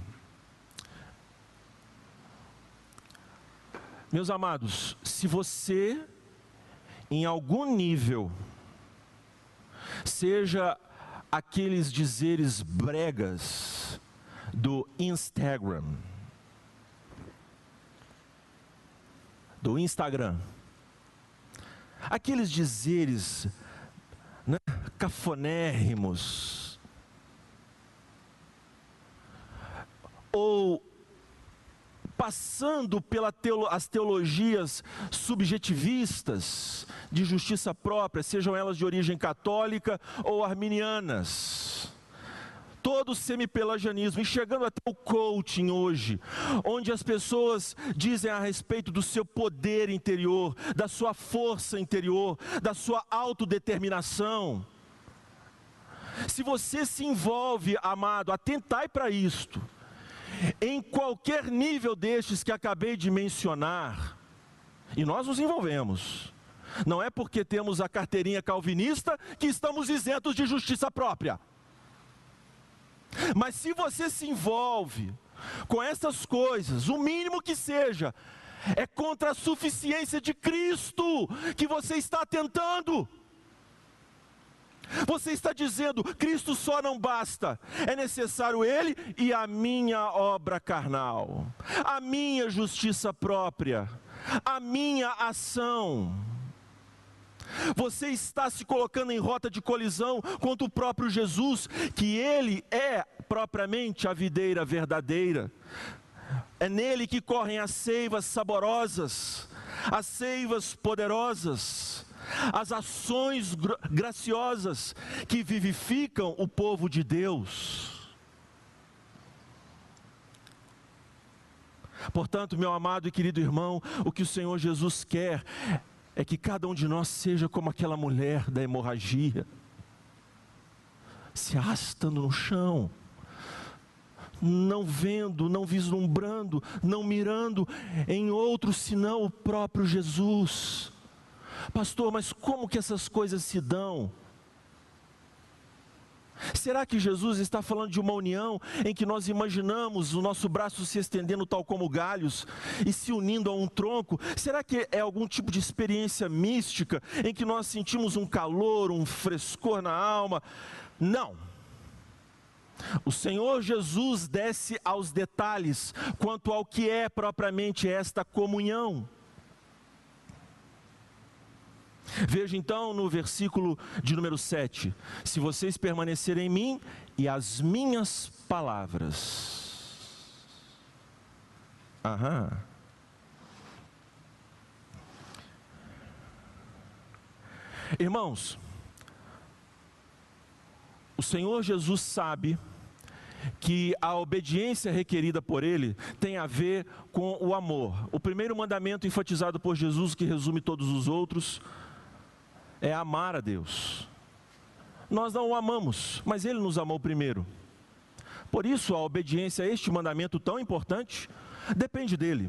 Meus amados, se você, em algum nível, seja aqueles dizeres bregas do Instagram, do Instagram, aqueles dizeres, né, cafonérrimos, ou passando pelas teolo, teologias subjetivistas de justiça própria, sejam elas de origem católica ou arminianas, todo o semipelagianismo, e chegando até o coaching hoje, onde as pessoas dizem a respeito do seu poder interior, da sua força interior, da sua autodeterminação. Se você se envolve, amado, atentai para isto, em qualquer nível destes que acabei de mencionar, e nós nos envolvemos, não é porque temos a carteirinha calvinista que estamos isentos de justiça própria. Mas se você se envolve com essas coisas, o mínimo que seja, é contra a suficiência de Cristo que você está atentando. Você está dizendo, Cristo só não basta, é necessário Ele e a minha obra carnal, a minha justiça própria, a minha ação. Você está se colocando em rota de colisão contra o próprio Jesus, que Ele é propriamente a videira verdadeira. É nele que correm as seivas saborosas, as seivas poderosas, as ações graciosas que vivificam o povo de Deus. Portanto, meu amado e querido irmão, o que o Senhor Jesus quer é que cada um de nós seja como aquela mulher da hemorragia, se arrastando no chão, não vendo, não vislumbrando, não mirando em outro senão o próprio Jesus. Pastor, mas como que essas coisas se dão? Será que Jesus está falando de uma união em que nós imaginamos o nosso braço se estendendo tal como galhos e se unindo a um tronco? Será que é algum tipo de experiência mística em que nós sentimos um calor, um frescor na alma? Não. O Senhor Jesus desce aos detalhes quanto ao que é propriamente esta comunhão. Veja então no versículo de número sete: se vocês permanecerem em mim e as minhas palavras. Aham. Irmãos, o Senhor Jesus sabe que a obediência requerida por Ele tem a ver com o amor. O primeiro mandamento enfatizado por Jesus, que resume todos os outros, é amar a Deus. Nós não o amamos, mas Ele nos amou primeiro. Por isso a obediência a este mandamento tão importante depende dEle.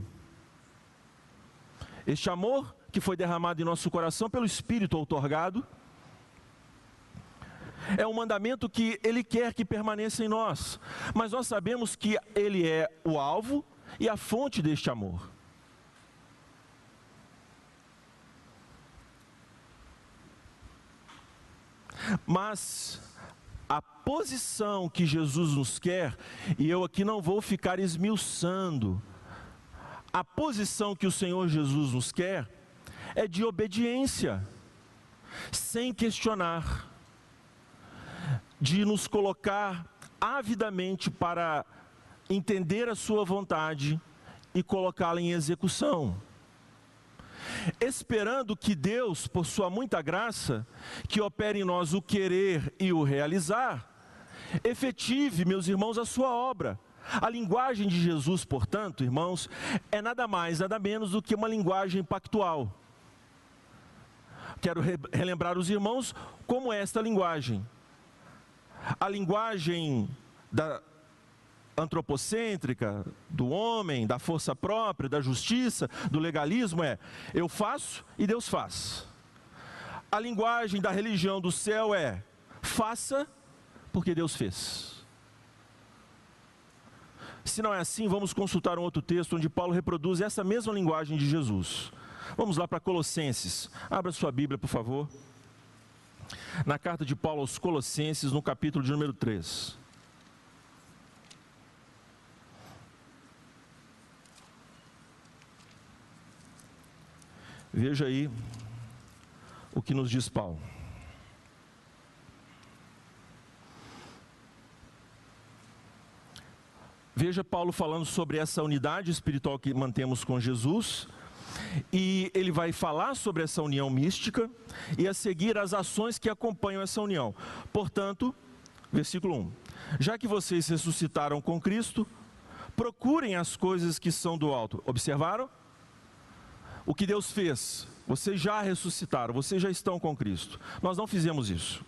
Este amor que foi derramado em nosso coração pelo Espírito outorgado, é um mandamento que Ele quer que permaneça em nós, mas nós sabemos que Ele é o alvo e a fonte deste amor. Mas a posição que Jesus nos quer, e eu aqui não vou ficar esmiuçando, a posição que o Senhor Jesus nos quer é de obediência, sem questionar, de nos colocar avidamente para entender a sua vontade e colocá-la em execução, esperando que Deus, por sua muita graça, que opere em nós o querer e o realizar, efetive, meus irmãos, a sua obra. A linguagem de Jesus, portanto, irmãos, é nada mais, nada menos do que uma linguagem pactual. Quero re- relembrar os irmãos como é esta linguagem. A linguagem da antropocêntrica, do homem, da força própria, da justiça, do legalismo é: eu faço e Deus faz. A linguagem da religião do céu é: faça porque Deus fez. Se não é assim, vamos consultar um outro texto onde Paulo reproduz essa mesma linguagem de Jesus. Vamos lá para Colossenses. Abra sua Bíblia, por favor. Na carta de Paulo aos Colossenses, no capítulo de número três. Veja aí o que nos diz Paulo. Veja Paulo falando sobre essa unidade espiritual que mantemos com Jesus, e ele vai falar sobre essa união mística e a seguir as ações que acompanham essa união. Portanto, versículo um: já que vocês ressuscitaram com Cristo, procurem as coisas que são do alto. Observaram? O que Deus fez, vocês já ressuscitaram, vocês já estão com Cristo. Nós não fizemos isso.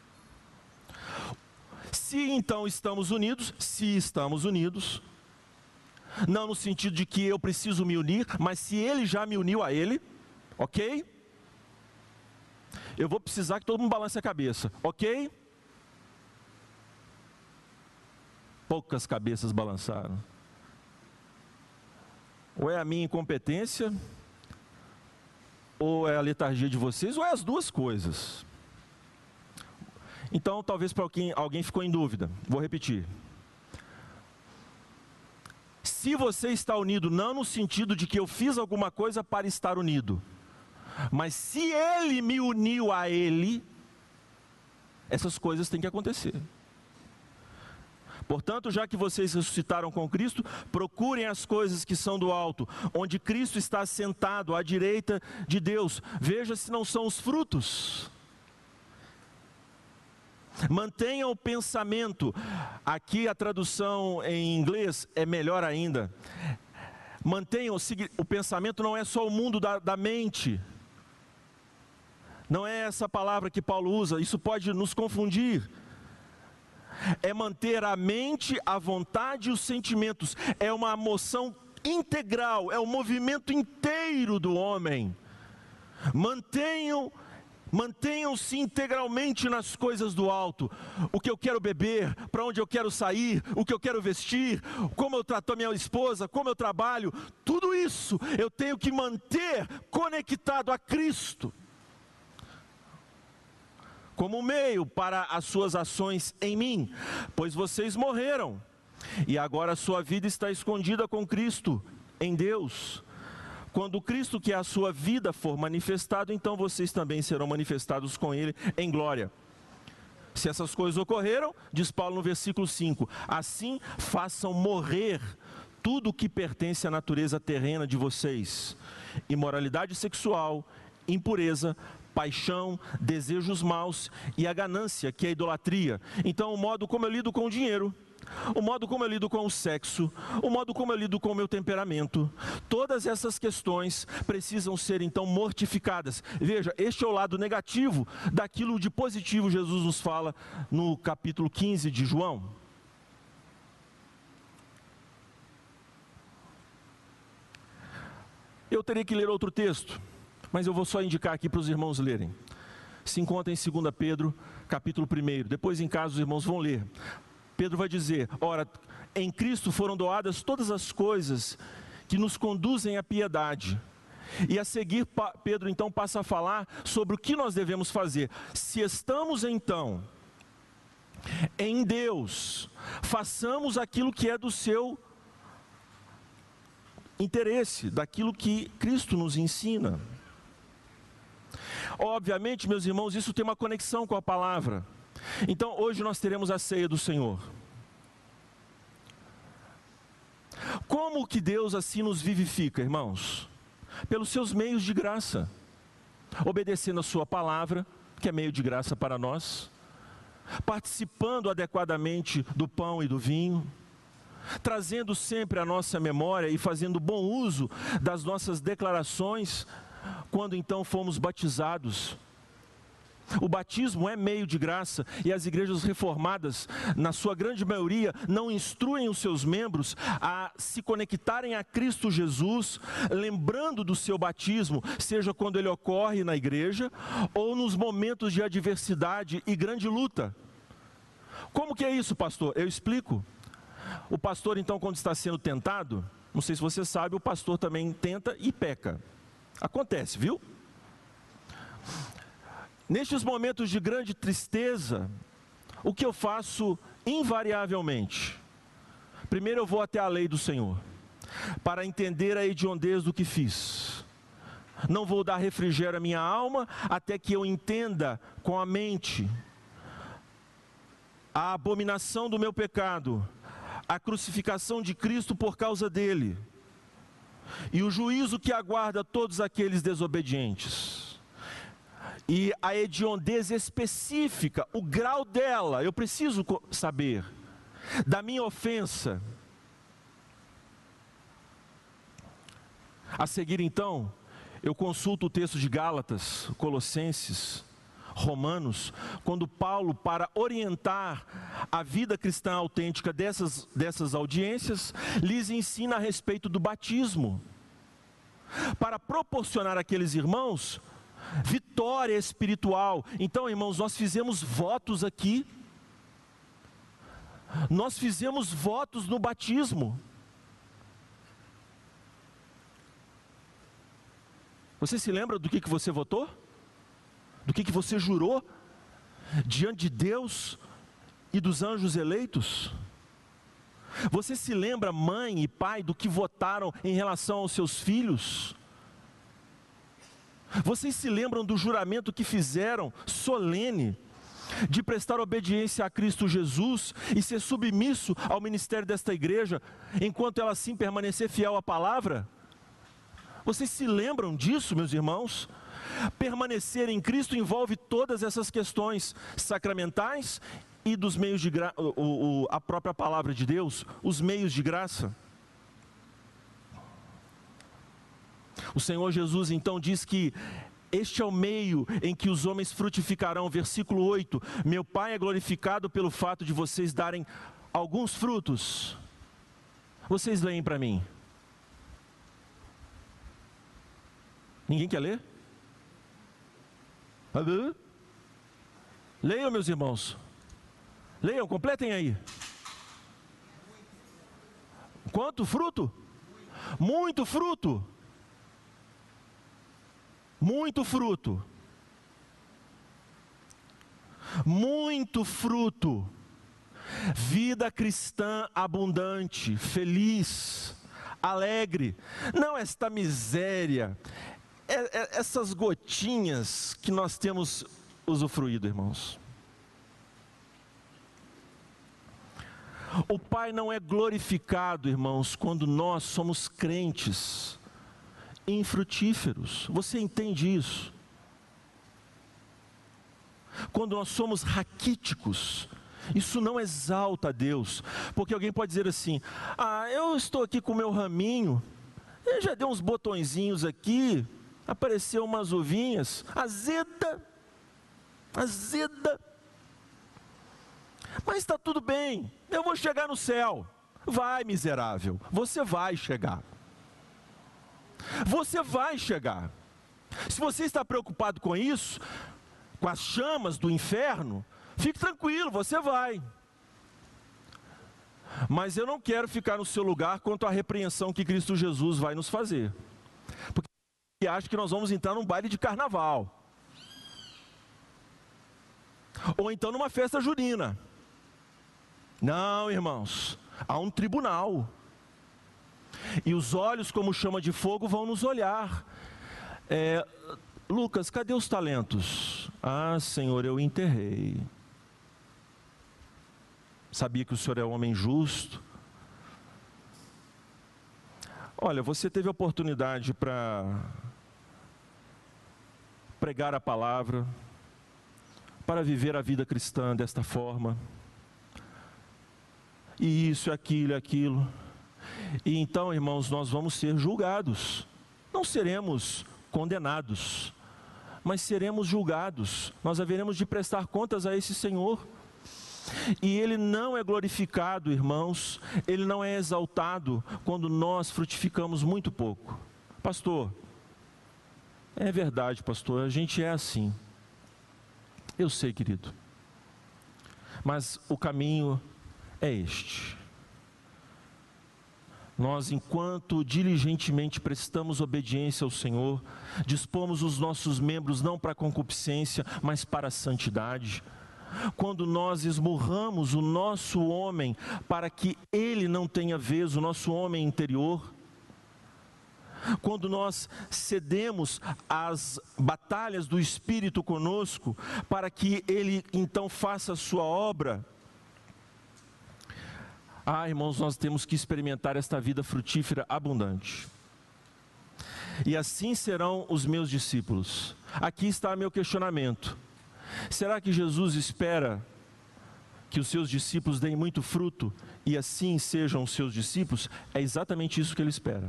Se então estamos unidos, se estamos unidos, não no sentido de que eu preciso me unir, mas se Ele já me uniu a Ele, ok? Eu vou precisar que todo mundo balance a cabeça, ok? Poucas cabeças balançaram. Ou é a minha incompetência, ou é a letargia de vocês, ou é as duas coisas. Então, talvez para alguém, alguém ficou em dúvida. Vou repetir. Se você está unido, não no sentido de que eu fiz alguma coisa para estar unido, mas se Ele me uniu a Ele, essas coisas têm que acontecer. Portanto, já que vocês ressuscitaram com Cristo, procurem as coisas que são do alto, onde Cristo está sentado à direita de Deus. Veja se não são os frutos. Mantenham o pensamento. Aqui a tradução em inglês é melhor ainda. Mantenham, o pensamento não é só o mundo da, da mente. Não é essa palavra que Paulo usa, isso pode nos confundir. É manter a mente, a vontade e os sentimentos. É uma emoção integral, é o movimento inteiro do homem. Mantenham, mantenham-se integralmente nas coisas do alto. O que eu quero beber, para onde eu quero sair, o que eu quero vestir, como eu trato a minha esposa, como eu trabalho, tudo isso eu tenho que manter conectado a Cristo, como meio para as suas ações em mim, pois vocês morreram, e agora a sua vida está escondida com Cristo em Deus. Quando Cristo, que é a sua vida, for manifestado, então vocês também serão manifestados com Ele em glória. Se essas coisas ocorreram, diz Paulo no versículo cinco, assim façam morrer tudo o que pertence à natureza terrena de vocês: imoralidade sexual, impureza, paixão, desejos maus e a ganância, que é a idolatria. Então, o modo como eu lido com o dinheiro, o modo como eu lido com o sexo, o modo como eu lido com o meu temperamento, todas essas questões precisam ser então mortificadas. Veja, este é o lado negativo daquilo de positivo Jesus nos fala no capítulo quinze de João. Eu teria que ler outro texto, mas eu vou só indicar aqui para os irmãos lerem. Se encontra em segunda Pedro, capítulo um. Depois em casa os irmãos vão ler. Pedro vai dizer: ora, em Cristo foram doadas todas as coisas que nos conduzem à piedade. E a seguir, Pedro então passa a falar sobre o que nós devemos fazer. Se estamos então em Deus, façamos aquilo que é do seu interesse, daquilo que Cristo nos ensina. Obviamente, meus irmãos, isso tem uma conexão com a palavra. Então, hoje nós teremos a ceia do Senhor. Como que Deus assim nos vivifica, irmãos? Pelos seus meios de graça, obedecendo a sua palavra, que é meio de graça para nós, participando adequadamente do pão e do vinho, trazendo sempre a nossa memória e fazendo bom uso das nossas declarações, quando então fomos batizados. O batismo é meio de graça, e as igrejas reformadas, na sua grande maioria, não instruem os seus membros a se conectarem a Cristo Jesus, lembrando do seu batismo, seja quando ele ocorre na igreja, ou nos momentos de adversidade e grande luta. Como que é isso, pastor? Eu explico. O pastor então, quando está sendo tentado, não sei se você sabe, o pastor também tenta e peca. Acontece, viu? Nestes momentos de grande tristeza, o que eu faço invariavelmente? Primeiro eu vou até a lei do Senhor, para entender a hediondez do que fiz. Não vou dar refrigério à minha alma, até que eu entenda com a mente a abominação do meu pecado, a crucificação de Cristo por causa dele, e o juízo que aguarda todos aqueles desobedientes, e a hediondez específica, o grau dela, eu preciso saber, da minha ofensa. A seguir então, eu consulto o texto de Gálatas, Colossenses, Romanos, quando Paulo, para orientar a vida cristã autêntica dessas, dessas audiências, lhes ensina a respeito do batismo, para proporcionar àqueles irmãos vitória espiritual. Então, irmãos, nós fizemos votos aqui, nós fizemos votos no batismo. Você se lembra do que, que você votou? Do que, que você jurou diante de Deus e dos anjos eleitos? Você se lembra, mãe e pai, do que votaram em relação aos seus filhos? Vocês se lembram do juramento que fizeram, solene, de prestar obediência a Cristo Jesus e ser submisso ao ministério desta igreja, enquanto ela assim permanecer fiel à palavra? Vocês se lembram disso, meus irmãos? Permanecer em Cristo envolve todas essas questões sacramentais e dos meios de graça, a própria palavra de Deus, os meios de graça. O Senhor Jesus então diz que este é o meio em que os homens frutificarão. Versículo oito: meu Pai é glorificado pelo fato de vocês darem alguns frutos. Vocês leem para mim. Ninguém quer ler? Leiam, meus irmãos. Leiam, completem aí. Quanto fruto? Muito fruto. Muito fruto. Muito fruto. Vida cristã abundante, feliz, alegre. Não esta miséria, é, é, essas gotinhas que nós temos usufruído, irmãos. O Pai não é glorificado, irmãos, quando nós somos crentes infrutíferos. Você entende isso? Quando nós somos raquíticos, isso não exalta a Deus, porque alguém pode dizer assim: ah, eu estou aqui com o meu raminho, eu já dei uns botõezinhos aqui, apareceu umas uvinhas, azeda, azeda, mas está tudo bem, eu vou chegar no céu. Vai, miserável, você vai chegar. Você vai chegar. Se você está preocupado com isso, com as chamas do inferno, fique tranquilo, você vai. Mas eu não quero ficar no seu lugar quanto à repreensão que Cristo Jesus vai nos fazer, porque acho que nós vamos entrar num baile de carnaval, ou então numa festa junina. Não, irmãos, há um tribunal, e os olhos como chama de fogo vão nos olhar. é, Lucas, cadê os talentos? Ah, Senhor, eu enterrei. Sabia que o Senhor é um homem justo. Olha, você teve a oportunidade para pregar a palavra, para viver a vida cristã desta forma, e isso, aquilo, aquilo. E então, irmãos, nós vamos ser julgados. Não seremos condenados, mas seremos julgados. Nós haveremos de prestar contas a esse Senhor. E Ele não é glorificado, irmãos, Ele não é exaltado quando nós frutificamos muito pouco. Pastor, é verdade, pastor, a gente é assim. Eu sei, querido, mas o caminho é este. Nós, enquanto diligentemente prestamos obediência ao Senhor, dispomos os nossos membros não para a concupiscência, mas para a santidade. Quando nós esmurramos o nosso homem para que ele não tenha vez, o nosso homem interior, quando nós cedemos às batalhas do Espírito conosco, para que ele então faça a sua obra, ah, irmãos, nós temos que experimentar esta vida frutífera abundante. E assim serão os meus discípulos. Aqui está meu questionamento: será que Jesus espera que os seus discípulos deem muito fruto e assim sejam os seus discípulos? É exatamente isso que Ele espera.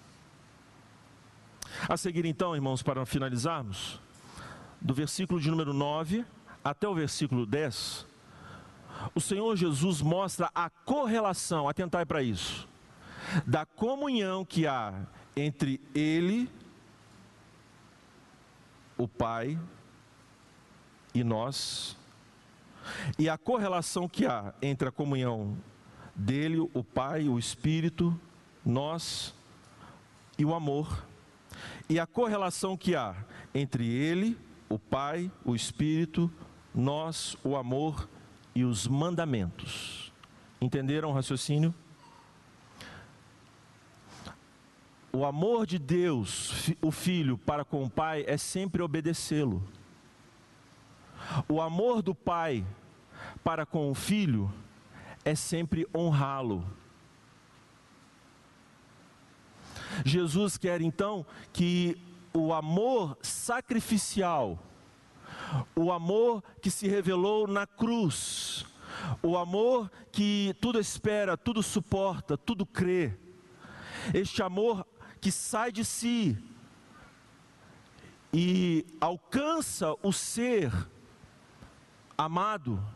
A seguir então, irmãos, para finalizarmos, do versículo de número nove até o versículo dez, o Senhor Jesus mostra a correlação, atentai para isso, da comunhão que há entre Ele, o Pai, e nós, e a correlação que há entre a comunhão dele, o Pai, o Espírito, nós e o amor, e a correlação que há entre ele, o Pai, o Espírito, nós, o amor e os mandamentos. Entenderam o raciocínio? O amor de Deus, o Filho, para com o Pai, é sempre obedecê-lo. O amor do pai para com o filho é sempre honrá-lo. Jesus quer então que o amor sacrificial, o amor que se revelou na cruz, o amor que tudo espera, tudo suporta, tudo crê, este amor que sai de si e alcança o ser amado,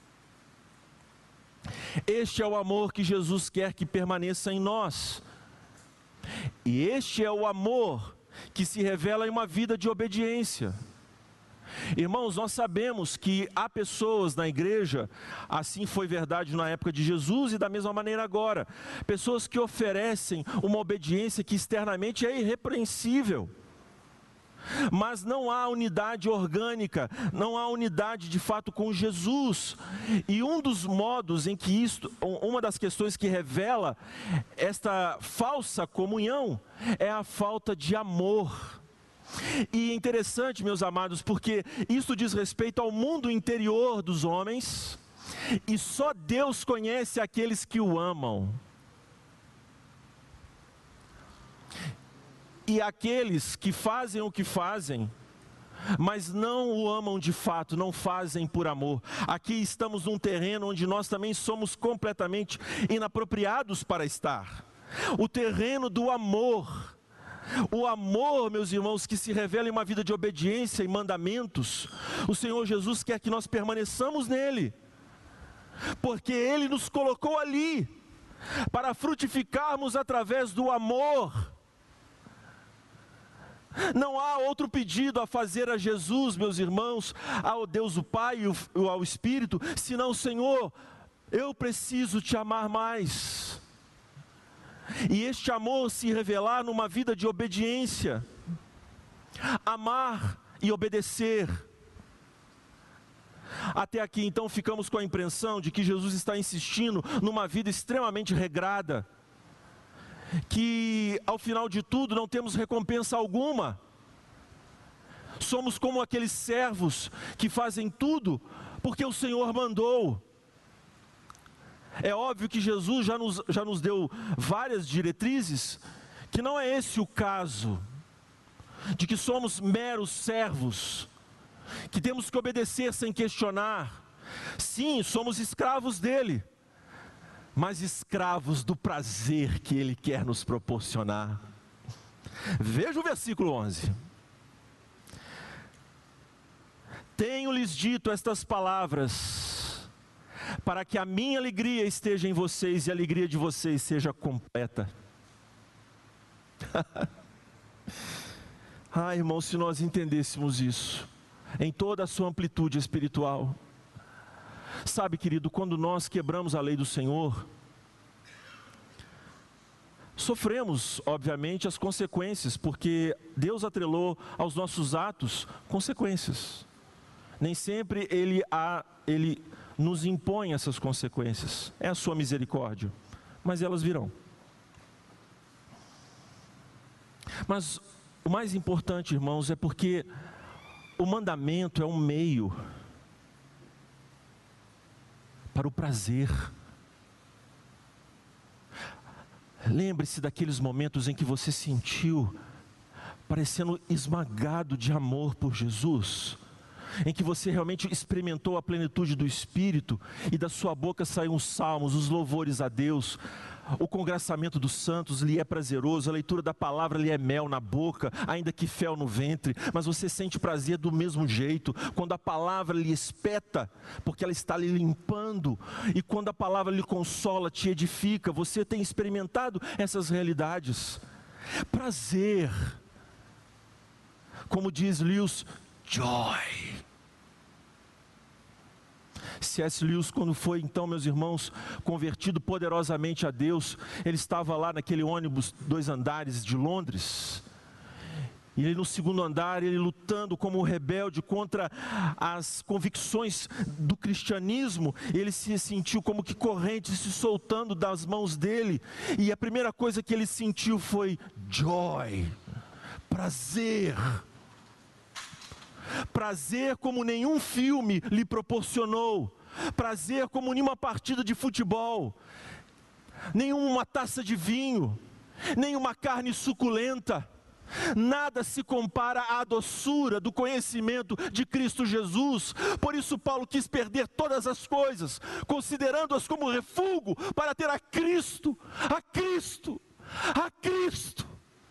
este é o amor que Jesus quer que permaneça em nós. E este é o amor que se revela em uma vida de obediência. Irmãos, nós sabemos que há pessoas na igreja, assim foi verdade na época de Jesus e da mesma maneira agora, pessoas que oferecem uma obediência que externamente é irrepreensível, mas não há unidade orgânica, não há unidade de fato com Jesus. E um dos modos em que isto, uma das questões que revela esta falsa comunhão é a falta de amor. E é interessante, meus amados, porque isso diz respeito ao mundo interior dos homens, e só Deus conhece aqueles que o amam. E aqueles que fazem o que fazem, mas não o amam de fato, não fazem por amor. Aqui estamos num terreno onde nós também somos completamente inapropriados para estar. O terreno do amor. O amor, meus irmãos, que se revela em uma vida de obediência e mandamentos. O Senhor Jesus quer que nós permaneçamos nele, porque Ele nos colocou ali, para frutificarmos através do amor. Não há outro pedido a fazer a Jesus, meus irmãos, ao Deus o Pai e ao Espírito, senão: Senhor, eu preciso te amar mais. E este amor se revelar numa vida de obediência, amar e obedecer. Até aqui então ficamos com a impressão de que Jesus está insistindo numa vida extremamente regrada, que ao final de tudo não temos recompensa alguma. Somos como aqueles servos que fazem tudo porque o Senhor mandou. É óbvio que Jesus já nos, já nos deu várias diretrizes, que não é esse o caso, de que somos meros servos, que temos que obedecer sem questionar. Sim, somos escravos dele, mas escravos do prazer que Ele quer nos proporcionar. Veja o versículo onze. Tenho-lhes dito estas palavras, para que a minha alegria esteja em vocês e a alegria de vocês seja completa. Ah, irmão, se nós entendêssemos isso, em toda a sua amplitude espiritual. Sabe, querido, quando nós quebramos a lei do Senhor, sofremos, obviamente, as consequências, porque Deus atrelou aos nossos atos consequências. Nem sempre Ele, há, ele nos impõe essas consequências, é a sua misericórdia, mas elas virão. Mas o mais importante, irmãos, é porque o mandamento é um meio para o prazer. Lembre-se daqueles momentos em que você sentiu parecendo esmagado de amor por Jesus, em que você realmente experimentou a plenitude do Espírito, e da sua boca saíram os salmos, os louvores a Deus, o congraçamento dos santos lhe é prazeroso, a leitura da palavra lhe é mel na boca, ainda que fel no ventre, mas você sente prazer do mesmo jeito, quando a palavra lhe espeta, porque ela está lhe limpando, e quando a palavra lhe consola, te edifica. Você tem experimentado essas realidades. Prazer, como diz Lewis, joy. C S Lewis, quando foi então, meus irmãos, convertido poderosamente a Deus, ele estava lá naquele ônibus dois andares de Londres, e ele no segundo andar, ele lutando como um rebelde contra as convicções do cristianismo, ele se sentiu como que correntes se soltando das mãos dele, e a primeira coisa que ele sentiu foi joy, prazer. prazer como nenhum filme lhe proporcionou, prazer como nenhuma partida de futebol, nenhuma taça de vinho, nenhuma carne suculenta. Nada se compara à doçura do conhecimento de Cristo Jesus. Por isso Paulo quis perder todas as coisas, considerando-as como refúgio, para ter a Cristo, a Cristo, a Cristo.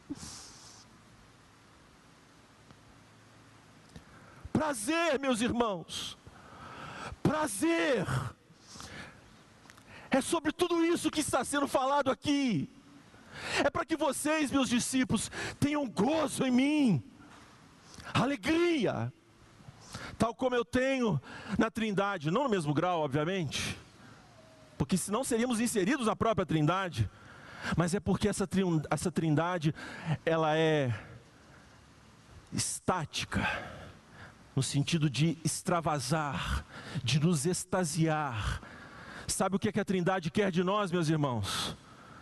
Prazer, meus irmãos, prazer, é sobre tudo isso que está sendo falado aqui. É para que vocês, meus discípulos, tenham gozo em mim, alegria, tal como eu tenho na Trindade, não no mesmo grau, obviamente, porque senão seríamos inseridos na própria Trindade, mas é porque essa, essa Trindade, ela é estática, no sentido de extravasar, de nos extasiar. Sabe o que, é que a Trindade quer de nós, meus irmãos?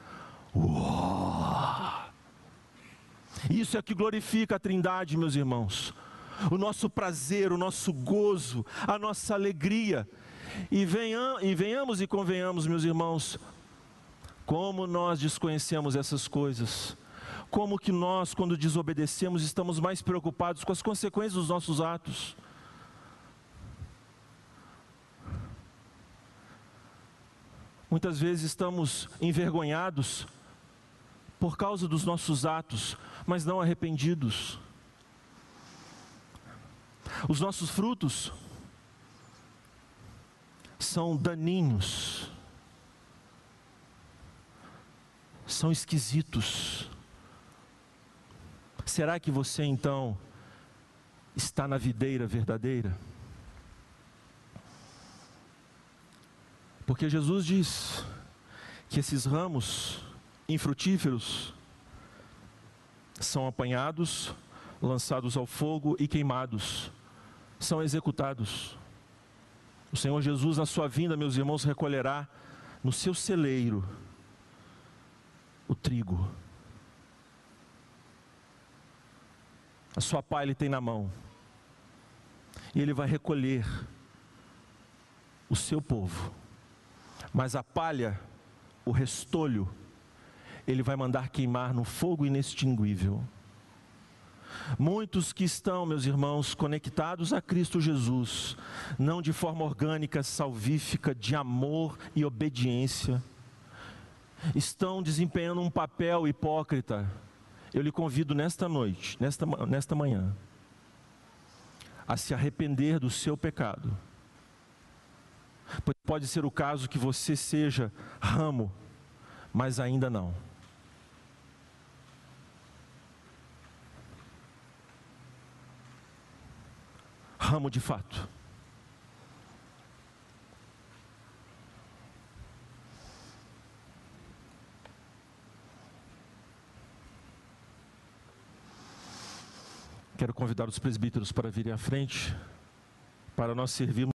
Uou! Isso é o que glorifica a Trindade, meus irmãos. O nosso prazer, o nosso gozo, a nossa alegria. E, venham, e venhamos e convenhamos, meus irmãos, como nós desconhecemos essas coisas. Como que nós, quando desobedecemos, estamos mais preocupados com as consequências dos nossos atos. Muitas vezes estamos envergonhados por causa dos nossos atos, mas não arrependidos. Os nossos frutos são daninhos, são esquisitos. Será que você então está na videira verdadeira? Porque Jesus diz que esses ramos infrutíferos são apanhados, lançados ao fogo e queimados, são executados. O Senhor Jesus, na sua vinda, meus irmãos, recolherá no seu celeiro o trigo. A sua pá ele tem na mão, e ele vai recolher o seu povo, mas a palha, o restolho, ele vai mandar queimar no fogo inextinguível. Muitos que estão, meus irmãos, conectados a Cristo Jesus, não de forma orgânica, salvífica, de amor e obediência, estão desempenhando um papel hipócrita. Eu lhe convido nesta noite, nesta, nesta manhã, a se arrepender do seu pecado. Pode ser o caso que você seja ramo, mas ainda não. Ramo de fato. Quero convidar os presbíteros para virem à frente, para nós servirmos